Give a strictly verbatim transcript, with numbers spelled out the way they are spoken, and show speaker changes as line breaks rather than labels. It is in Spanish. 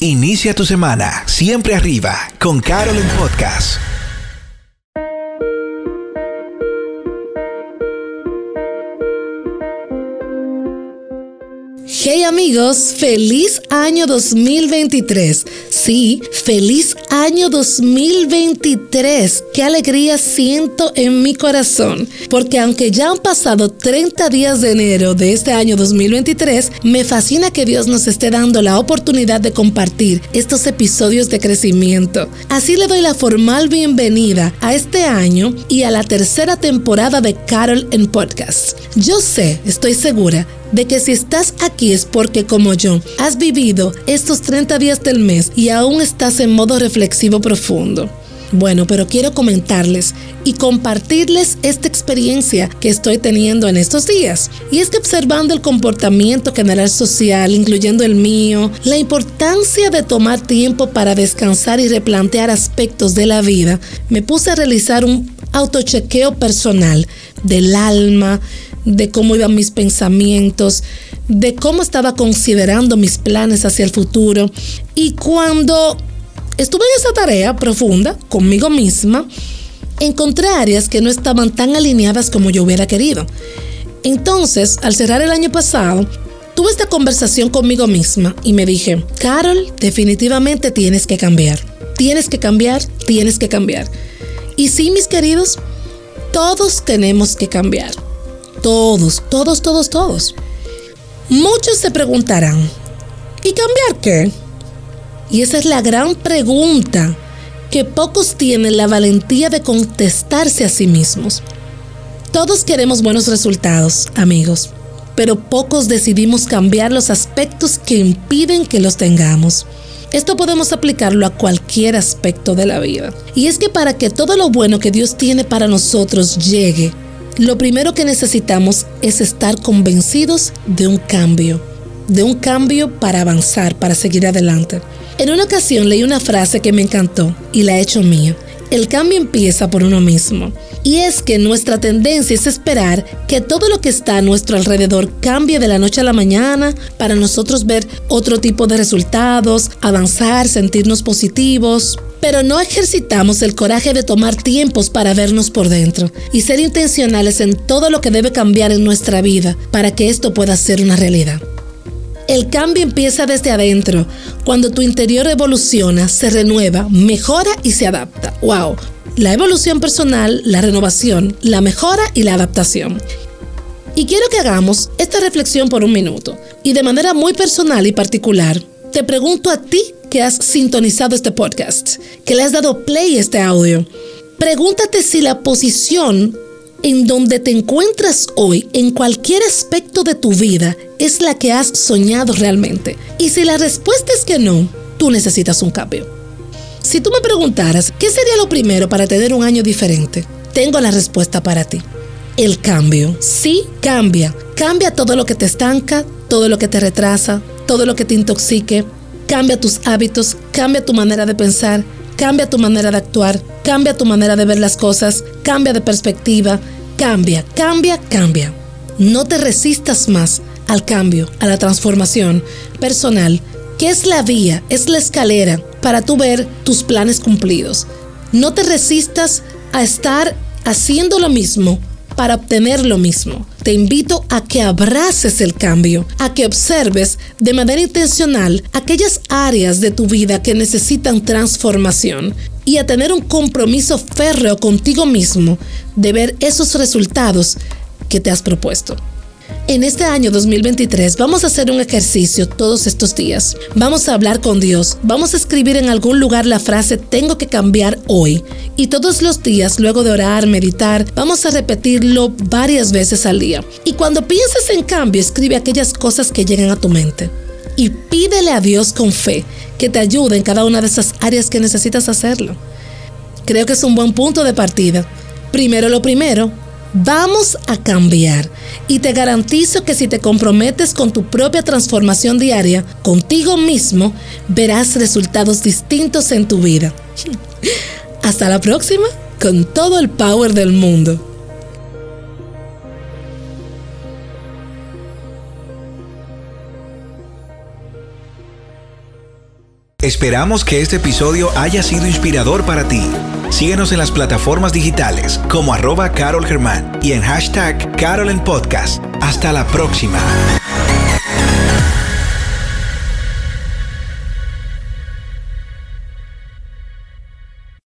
Inicia tu semana siempre arriba con Carol en Podcast.
Hey amigos, feliz año dos mil veintitrés. Sí, feliz año dos mil veintitrés. Qué alegría siento en mi corazón, porque aunque ya han pasado treinta días de enero de este año dos mil veintitrés, me fascina que Dios nos esté dando la oportunidad de compartir estos episodios de crecimiento. Así le doy la formal bienvenida a este año y a la tercera temporada de Carol en Podcast. Yo sé, estoy segura, de que si estás aquí es porque, como yo, has vivido estos treinta días del mes y aún estás en modo reflexivo profundo. Bueno, pero quiero comentarles y compartirles esta experiencia que estoy teniendo en estos días. Y es que observando el comportamiento general social, incluyendo el mío, la importancia de tomar tiempo para descansar y replantear aspectos de la vida, me puse a realizar un autochequeo personal del alma, de cómo iban mis pensamientos, de cómo estaba considerando mis planes hacia el futuro. Y cuando estuve en esa tarea profunda conmigo misma, encontré áreas que no estaban tan alineadas como yo hubiera querido. Entonces, al cerrar el año pasado, tuve esta conversación conmigo misma y me dije, Carol, definitivamente tienes que cambiar. Tienes que cambiar, tienes que cambiar. Y sí, mis queridos, todos tenemos que cambiar. Todos, todos, todos, todos. Muchos se preguntarán, ¿y cambiar qué? Y esa es la gran pregunta que pocos tienen la valentía de contestarse a sí mismos. Todos queremos buenos resultados, amigos, pero pocos decidimos cambiar los aspectos que impiden que los tengamos. Esto podemos aplicarlo a cualquier aspecto de la vida. Y es que para que todo lo bueno que Dios tiene para nosotros llegue, lo primero que necesitamos es estar convencidos de un cambio, de un cambio para avanzar, para seguir adelante. En una ocasión leí una frase que me encantó y la he hecho mía. El cambio empieza por uno mismo. Y es que nuestra tendencia es esperar que todo lo que está a nuestro alrededor cambie de la noche a la mañana para nosotros ver otro tipo de resultados, avanzar, sentirnos positivos. Pero no ejercitamos el coraje de tomar tiempos para vernos por dentro y ser intencionales en todo lo que debe cambiar en nuestra vida para que esto pueda ser una realidad. El cambio empieza desde adentro, cuando tu interior evoluciona, se renueva, mejora y se adapta. ¡Wow! La evolución personal, la renovación, la mejora y la adaptación. Y quiero que hagamos esta reflexión por un minuto. Y de manera muy personal y particular, te pregunto a ti que has sintonizado este podcast, que le has dado play a este audio. Pregúntate si la posición en donde te encuentras hoy, en cualquier aspecto de tu vida, es la que has soñado realmente. Y si la respuesta es que no, tú necesitas un cambio. Si tú me preguntaras, ¿qué sería lo primero para tener un año diferente? Tengo la respuesta para ti. El cambio. Sí, cambia. Cambia todo lo que te estanca, todo lo que te retrasa, todo lo que te intoxique. Cambia tus hábitos, cambia tu manera de pensar, cambia tu manera de actuar, cambia tu manera de ver las cosas, cambia de perspectiva, cambia, cambia, cambia. No te resistas más al cambio, a la transformación personal, que es la vía, es la escalera para tú ver tus planes cumplidos. No te resistas a estar haciendo lo mismo para obtener lo mismo. Te invito a que abraces el cambio, a que observes de manera intencional aquellas áreas de tu vida que necesitan transformación y a tener un compromiso férreo contigo mismo de ver esos resultados que te has propuesto. En este año dos mil veintitrés vamos a hacer un ejercicio todos estos días. Vamos a hablar con Dios. Vamos a escribir en algún lugar la frase tengo que cambiar hoy. Y todos los días, luego de orar, meditar, vamos a repetirlo varias veces al día. Y cuando pienses en cambio, escribe aquellas cosas que llegan a tu mente. Y pídele a Dios con fe que te ayude en cada una de esas áreas que necesitas hacerlo. Creo que es un buen punto de partida. Primero lo primero. Vamos a cambiar y te garantizo que si te comprometes con tu propia transformación diaria, contigo mismo, verás resultados distintos en tu vida. Hasta la próxima, con todo el power del mundo.
Esperamos que este episodio haya sido inspirador para ti. Síguenos en las plataformas digitales como arroba Carol Germán y en hashtag Carol en Podcast. Hasta la próxima.